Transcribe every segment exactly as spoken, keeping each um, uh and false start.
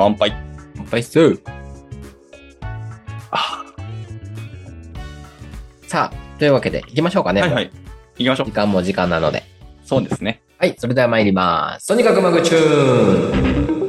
乾杯。 乾杯っす。 あさあ、というわけで行きましょうかね。 はいはい。行きましょう時。間も時間なので。 そうですね。 はい、それでは参ります。とにかくマグチューン。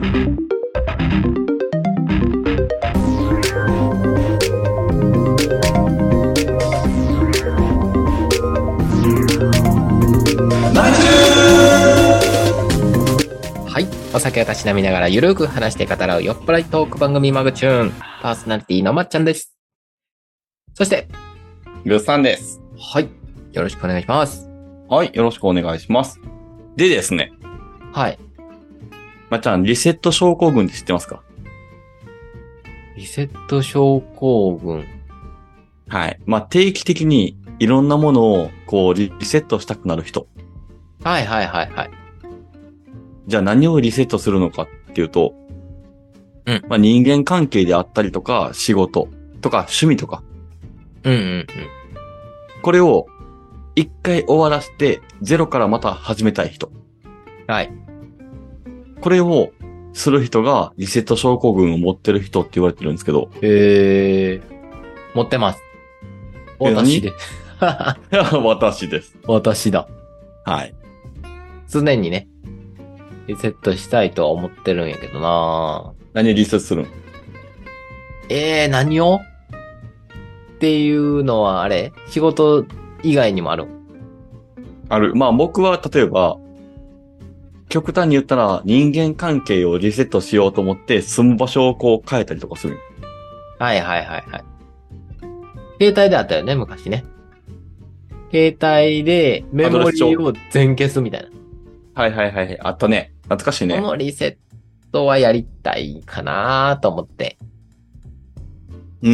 はい、お酒をたしなみながらゆるく話して語らう酔っ払いトーク番組マグチューン。パーソナリティのまっちゃんです。そして、 グッさんです。 はい、よろしくお願いします。 はい、よろしくお願いします。でですね。 はい。 まっちゃん、リセット症候群って知ってますか？ リセット症候群。 はい。まあ、定期的にいろんなものをこうリセットしたくなる人。 はいはいはいはい。 じゃあ何をリセットするのかっていうと、 うん。 まあ、人間関係であったりとか、仕事とか趣味とか。 うんうんうん。 これを一回終わらせてゼロからまた始めたい人。 はい。 これをする人がリセット症候群を持ってる人って言われてるんですけど。 へー。持ってます。 え私で。 私です。 私だ。 はい。 常にね、リセットしたいとは思ってるんやけどな何リセットするん？ えー、何をっていうのはあれ仕事以外にもある？ ある。まあ僕は例えば、極端に言ったら人間関係をリセットしようと思って住む場所をこう変えたりとかする。 はいはいはいはい。携帯であったよね、昔ね。携帯でメモリーを全消すみたいな。 はいはいはい。あったね。懐かしいね。 このリセットはやりたいかなと思って。 うん。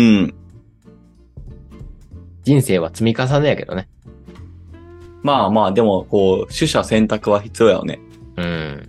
人生は積み重ねやけどね。 まあまあ、でも、こう、取捨選択は必要やよね。 うん。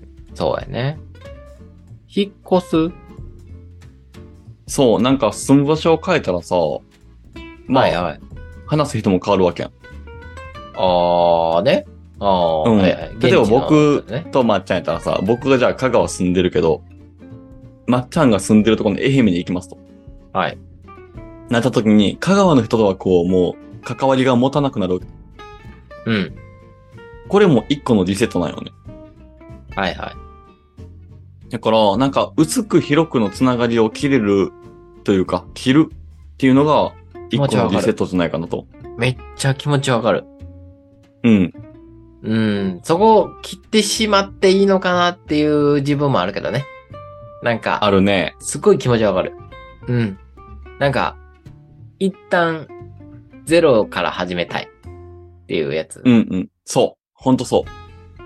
そうやね。引っ越す？ そう、なんか住む場所を変えたらさ、まあ、 はいはい。 話す人も変わるわけやん。 あーね。あー、 うん。 はいはい。 例えば現地の僕ね。 とまっちゃんやったらさ、僕がじゃあ香川住んでるけど、まっちゃんが住んでるところの愛媛に行きますと。 はい。 なった時に、香川の人とはこう、もう、関わりが持たなくなる。 うん。 これも一個のリセットなんよね。 はいはい。 だから、なんか、薄く広くのつながりを切れるというか、切るっていうのが、一個のリセットじゃないかなと。 めっちゃ気持ちわかる。 うん。 うん。そこを切ってしまっていいのかなっていう自分もあるけどね。なんか、 あるね。 すごい気持ちわかる。うん。なんか、一旦、ゼロから始めたいっていうやつ。 うんうん。そう。ほんとそう。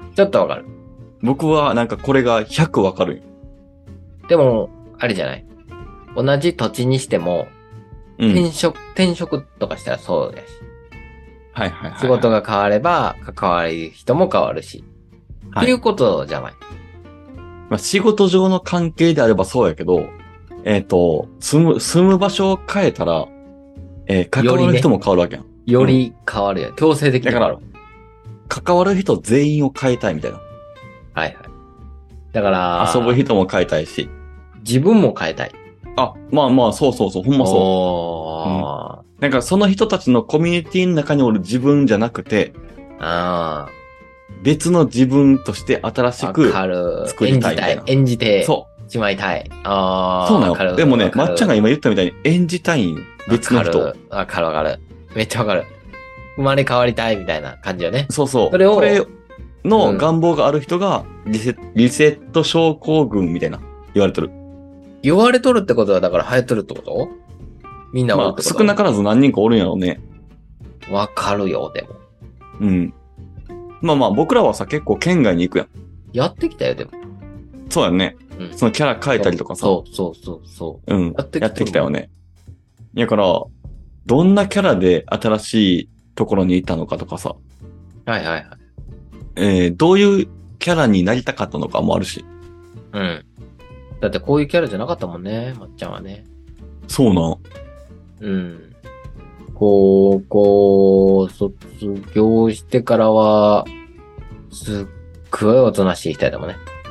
ちょっとわかる。 僕はなんかこれがひゃくわかるよ。 でも、あれじゃない。同じ土地にしても、 うん。 転職、転職とかしたらそうやし。 はいはいはい、はい。 仕事が変われば、関わる人も変わるし。 はい、 っていうことじゃない。 まあ、仕事上の関係であればそうやけど、えっ、ー、と、住む、住む場所を変えたら、えー、関わる人も変わるわけやん。 より変わるよ。強制的に変わる。 関わる人全員を変えたいみたいな。 はいはい。だから、 遊ぶ人も変えたいし。 自分も変えたい。 あ、まあまあ、そうそうそう、ほんまそう。 おー、 うん。なんかその人たちのコミュニティの中におる自分じゃなくて、 あ別の自分として新しく作りたいみたいな。 演じたい。演じて、 そう。 しまいたい。あー、 そうなの。でもね、まっちゃんが今言ったみたいに演じたいん。別の人。 わかるわかる。めっちゃわかる。生まれ変わりたいみたいな感じよね。 そうそう。 それを、 これの願望がある人がリセ、うん、リセット症候群みたいな言われとる。 言われとるってことはだから流行っとるってこと？みんなまあ、少なからず何人かおるんやろうね。 わかるよ、でも。 うん。まあまあ、僕らはさ、結構県外に行くやん。 やってきたよ、でも。 そうやね。うん、そのキャラ変えたりとかさ。 そうそうそうそう。 うん。やってきた。やってきたよね。だから、どんなキャラで新しいところに行ったのかとかさ。 はいはいはい。 えー、どういうキャラになりたかったのかもあるし。 うん。だってこういうキャラじゃなかったもんね、まっちゃんはね。 そうなん。 うん。高校卒業してからは、すっごいおとなしい人やだもんね。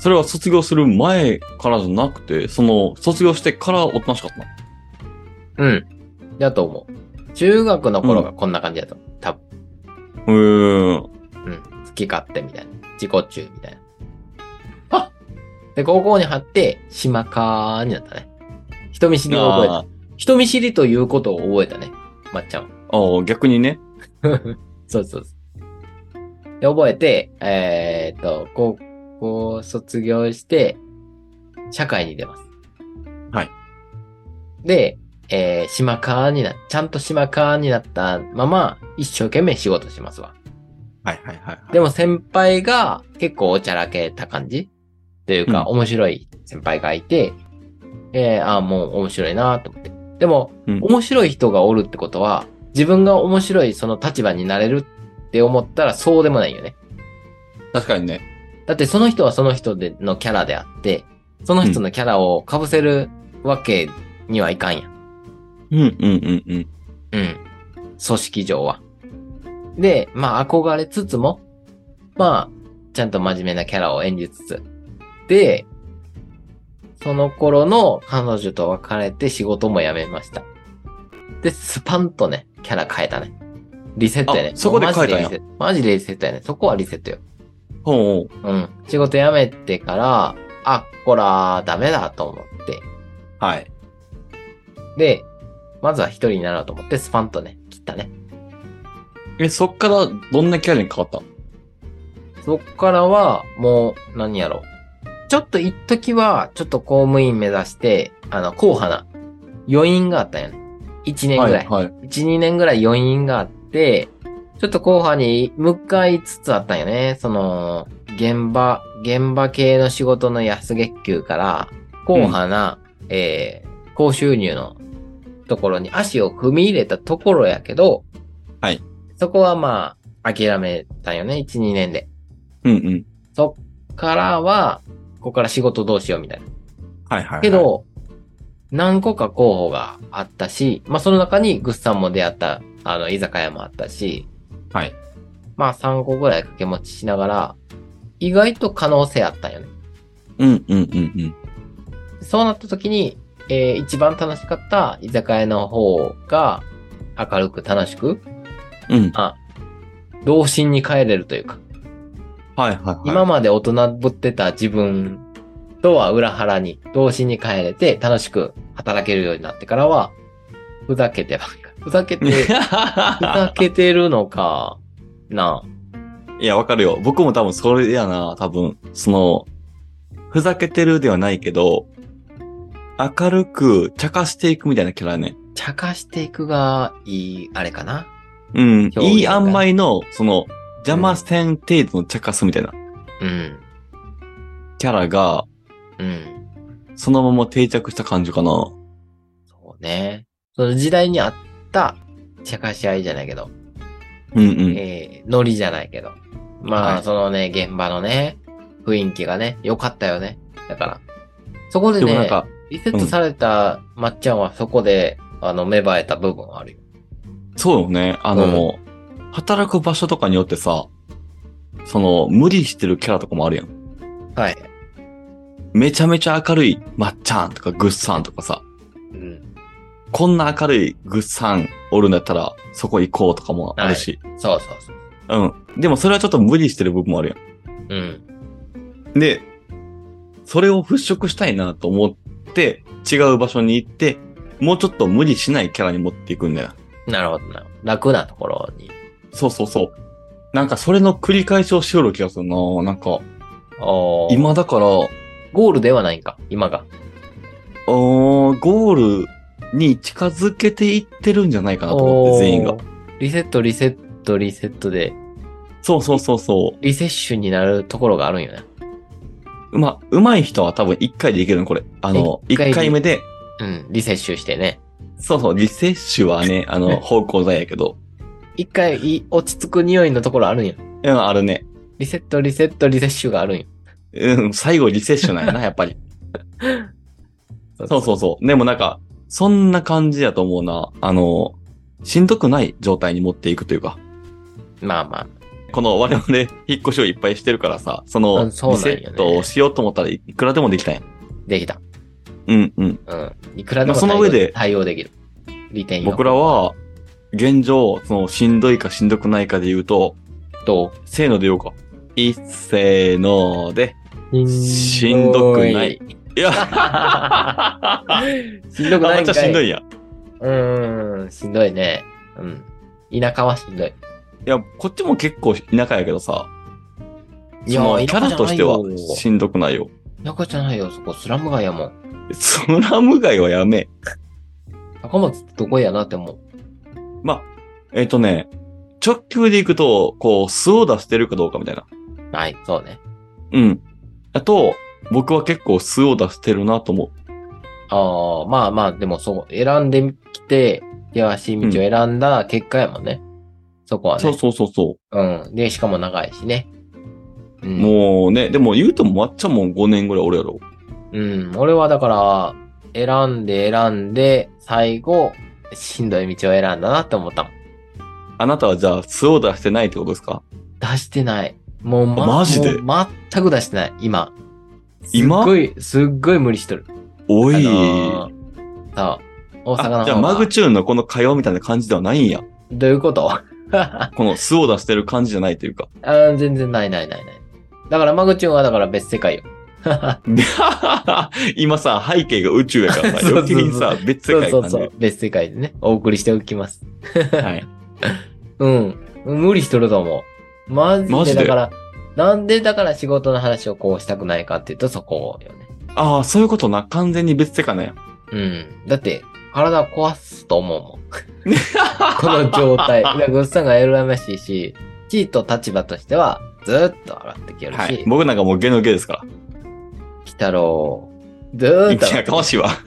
それは卒業する前からじゃなくて、その、卒業してからおとなしかったの？ うん。だと思う。中学の頃がこんな感じだと思う。多分。 うーん。 うん。好き勝手みたいな。自己中みたいな。あで、高校に入って、島かーになったね。人見知りを覚えた。人見知りということを覚えたね。まっちゃんは。 ああ、逆にね。 そうそうそう。で、覚えて、えーっと、高校卒業して、社会に出ます。 はい。 で、えー、島カーにな、ちゃんと島カーになったまま、一生懸命仕事しますわ。 はいはいはい、はい。 でも先輩が結構おちゃらけた感じというか、うん、面白い先輩がいて、えー、ああ、もう面白いなと思って。でも、うん、面白い人がおるってことは、自分が面白いその立場になれるって思ったらそうでもないよね。 確かにね。 だってその人はその人でのキャラであって、その人のキャラを被せるわけにはいかんやん。 うんうんうんうん。 うん。組織上は。で、まあ憧れつつも、まあ、ちゃんと真面目なキャラを演じつつ。で、その頃の彼女と別れて仕事も辞めました。で、スパンとね、キャラ変えたね。リセットやね。 そこで変えたんや。 マジでリセットやね。そこはリセットよ。 ほう。 うん。仕事辞めてから、あ、こら、ダメだと思って。 はい。 で、まずは一人になろうと思ってスパンとね、切ったね。 え、そっからどんなキャラに変わった？ そっからは、もう、何やろう。ちょっと一時は、ちょっと公務員目指して、あの、硬派な余韻があったよね。一年ぐらい。はい、はい。一、二年ぐらい余韻があって、ちょっと硬派に向かいつつあったんよね。その、現場、現場系の仕事の安月給から、硬派な、うん、えー、高収入のところに足を踏み入れたところやけど、 はい。 そこはまあ、諦めたんよね。一、二年で。 うんうん。 そっからは、ここから仕事どうしようみたいな。 はいはい、はい。 けど、何個か候補があったし、まあその中にグッさんも出会った、あの、居酒屋もあったし、 はい。 まあさんこぐらい掛け持ちしながら、意外と可能性あったんよね。 うんうんうんうん。 そうなった時に、えー、一番楽しかった居酒屋の方が、明るく楽しく、 うん。 あ、童心に帰れるというか。 はいはいはい。 今まで大人ぶってた自分とは裏腹に、童心に帰れて楽しく働けるようになってからは、ふざけてばっか。ふざけて、ふざけてるのかな。 いや、わかるよ。僕も多分それやな、多分。その、ふざけてるではないけど、明るく茶化していくみたいなキャラね。 茶化していくがいい、あれかな。 うん。いい塩梅の、その、邪魔せん程度の茶化すみたいな。 うん。 キャラが、 うん。 そのまま定着した感じかな。 そうね。その時代にあった茶化し合いじゃないけど。 うんうん。 えー、ノリじゃないけど。まあ、はい、そのね、現場のね、雰囲気がね、良かったよね。だから。そこでね、でなんかリセットされたまっちゃんはそこで、うん、あの、芽生えた部分あるよ。 そうよね。あの、うん、働く場所とかによってさ、その、無理してるキャラとかもあるやん。 はい。 めちゃめちゃ明るいまっちゃんとかグッさんとかさ。 うん。 こんな明るいグッさんおるんだったら、そこ行こうとかもあるし。 はい、そうそうそう。 うん。でもそれはちょっと無理してる部分もあるやん。 うん。で、それを払拭したいなと思って、違う場所に行って、もうちょっと無理しないキャラに持っていくんだよ。 なるほどな。楽なところに。 そうそうそう。なんかそれの繰り返しをしよる気がするな。なんか、今だから、 ゴールではないんか、今が。 おー、ゴールに近づけていってるんじゃないかなと思って、全員が。 リセット、リセット、リセットで。 そうそうそうそう。 リセッシュになるところがあるんよね。 まあ、上手い人は多分一回でいけるの、これ。あの、一回目で。 うん、リセッシュしてね。 そうそう、リセッシュはね、あの、芳香剤やけど。 一回落ち着く匂いのところあるんや。 うん、あるね。 リセット、リセット、リセッシュがあるんや。 うん、最後リセッシュなんやな、やっぱり。そうそうそう。でもなんか、そんな感じやと思うな。あの、しんどくない状態に持っていくというか。 まあまあ。 この我々引っ越しをいっぱいしてるからさ、そのリセうんそうなんよねットをしようと思ったらいくらでもできたんや。 できた。 うんうん。 うん。いくらでもまあその上で対応できる。利点よ。 僕らは、現状、そのしんどいかしんどくないかで言うと、 と、 せーので言おうか。いっせーので、しんどくない。いや、 しんどくないんかい。 あめっちゃしんどいや。 うーん、しんどいね。うん。田舎はしんどい。 いや、こっちも結構田舎やけどさ、 いやそのキャラとしては田舎じゃないよしんどくないよ。 田舎じゃないよ、そこスラム街やもん。 スラム街はやめ。 高松ってどこやなって思う。 まあ、えっ、とね、直球で行くと、こう、素を出してるかどうかみたいな。 はい、そうね。 うん。あと、僕は結構素を出してるなと思う。 ああ、まあまあ、でもそう、選んできて、険しい道を選んだ結果やもんね。そこはね。 そうそうそうそうん。で、しかも長いしね。うう。 ん。 もうね、でも言うともまっちゃんもごねんぐらいおるやろ。 うん。俺はだから、選んで選んで、最後、しんどい道を選んだなって思ったもん。 あなたはじゃあ素を出してないってことですか？ 出してない。もう、ま、 マジでもう全く出してない。今。 今すっごい、すっごい無理しとる。 おい、 あのー、さあ、大阪の方が。 あじゃあマグチューンのこの会話みたいな感じではないんや。 どういうことこの素を出してる感じじゃないというか。 あー全然ないないないない。だからマグチューンはだから別世界よ。 で今さ、背景が宇宙やからさ、 そうそうそう余計にさ、別世界感じるそうそうそう。。別世界でね、お送りしておきます。 はい。 うん。無理しとると思う。マジマジででだから、なんでだから仕事の話をこうしたくないかっていうとそこよね。 ああ、そういうことな。完全に別世界なんや。 うん。だって、体を壊すと思うもん。この状態。だからグッさんが羨ましいし、地位と立場としてはずーっと上がってきよるし、 はい。僕なんかもうゲのゲですから。 来たろう。ずーっいや、 と上がってきかましいわ。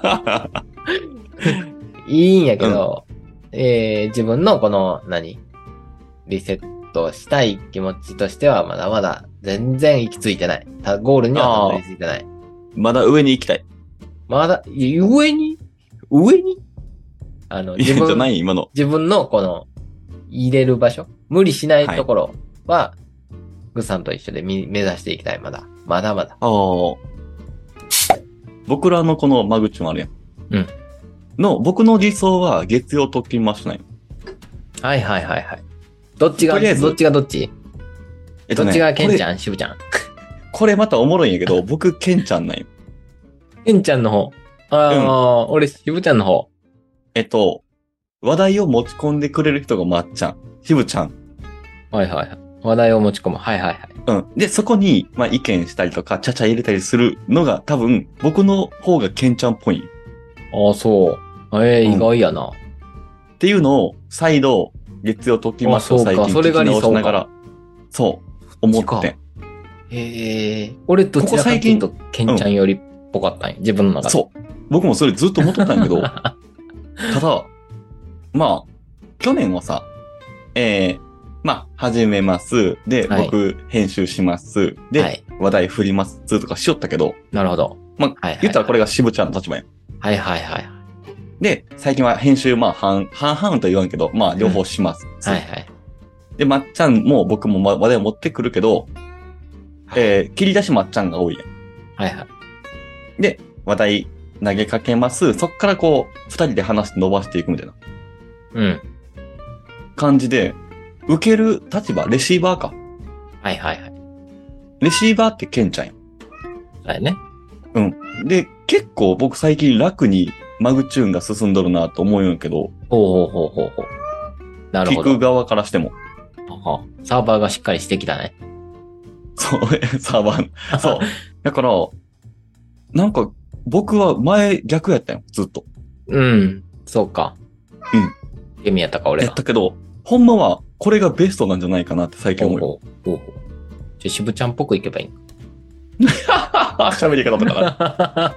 いいんやけど、えー、自分のこの、何リセットしたい気持ちとしてはまだまだ全然行き着いてない。たゴールにはたどり着いてない。 まだ上に行きたい。 まだ、い上に上にあの、 いや、 自分、 じゃない今の。 自分のこの、入れる場所無理しないところは、グさんと一緒でみ目指していきたい。まだ。まだまだ。 ああ。僕らのこの間口もあるやん。 うん。 の、僕の理想は月曜特勤マッシュなんよ。 はいはいはいはい。どっちが、 とりあえずどっちがどっち、 えっとね、 どっちがケンちこれ、 ゃん、しぶちゃん。 これまたおもろいんやけど、僕、ケンちゃんなんよ。 ケンちゃんの方。ああ、俺、しぶちゃんの方。 えっと、話題を持ち込んでくれる人がまっちゃん、しぶちゃん。 はいはいはい。話題を持ち込む。はいはいはい。 うん。で、そこに、まあ、意見したりとか、ちゃちゃ入れたりするのが多分、僕の方がケンちゃんっぽいんよ。 ああ、そう。ええうん意外やな。 っていうのを、再度、月曜特勤マッシュを最近あそうかそれ聞きが理想か直しながら、そう、思ってん。 へえ。俺どちらかっていうと、ケンちゃんよりっぽかったんや。自分の中で。 そう。僕もそれずっと思っとったんやけど、ただ、まあ、去年はさ、えー、まあ、始めます。で、 はい僕、編集します。で、 はい話題振りますとかしよったけど、 なるほど。 まあ、 はいはいはい言ったらこれが渋ちゃんの立場やん。 はいはいはい。 で、最近は編集、まあ、半、半々とは言わんけど、まあ、両方します。 はいはい。 で、まっちゃんも僕もま話題を持ってくるけど、えー、切り出しまっちゃんが多いやん。 はいはい。 で、話題投げかけます。そっからこう、二人で話して伸ばしていくみたいなうん。 感じで、受ける立場、レシーバーか。 はいはいはい。 レシーバーってケンちゃんやん。 はいね。 で、結構僕最近楽にマグチューンが進んどるなと思うんやけど、 ほうほうほうほうほう。なるほど。 聞く側からしても。 はサーバーがしっかりしてきたね。 そう、サーバー。そう。だから、なんか僕は前逆やったよ、ずっと。 うん。そうか。 うん。 ゲミやったか、俺がやっ。たけど、ほんまはこれがベストなんじゃないかなって最近思うよ。 ほうほうほうほう。じゃあ、しぶちゃんっぽくいけばいいの喋り方とかな。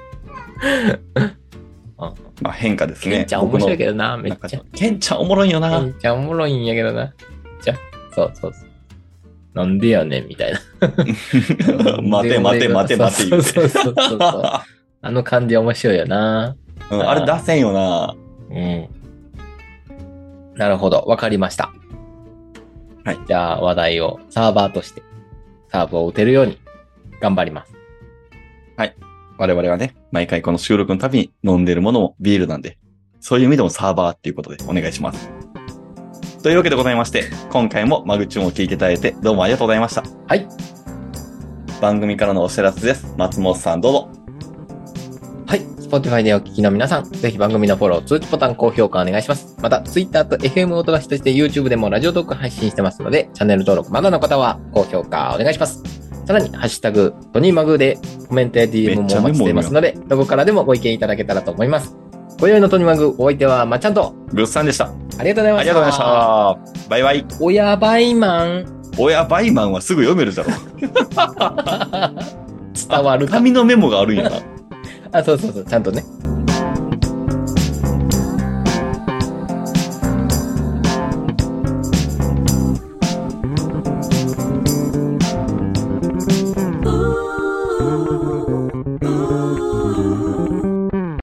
うんまあ変化ですね。 ケンちゃん面白いけど。 どな、めっちゃ。 ケンちゃんおもろいよケな。 ンちゃんおもろいんやけどな。じゃ、そうそうそう。なんでやねん、みたいな。 待て待て待て待て言うて。 そうそうそうそうそう。あの感じ面白いよな。 うんあれ出せんよな。 うん。なるほど。わかりました。 はい。 じゃあ話題をサーバーとして、サーブを打てるように頑張ります。 はい。我々はね、毎回この収録のたびに飲んでるものもビールなんで、そういう意味でもサーバーっていうことでお願いします。というわけでございまして、今回もマグチューンを聞いていただいてどうもありがとうございました。 はい。 番組からのお知らせです。松本さんどうぞ。 はい。Spotify でお聞きの皆さん、ぜひ番組のフォロー、通知ボタン、高評価お願いします。また、Twitter と エフエム 音がしとして YouTube でもラジオトーク配信してますので、チャンネル登録まだの方は高評価お願いします。さらに、ハッシュタグ、トニーマグでコメントや ディーエム もお待ちしていますので、どこからでもご意見いただけたらと思います。今宵のトニーマグ、お相手はまっちゃんと、 グッさんでした。 ありがとうございました。 ありがとうございました。バイバイ。 親バイマン。 親バイマンはすぐ読めるだろ。 伝わるか。 紙のメモがあるんやな。 あ、そうそうそう、ちゃんとね。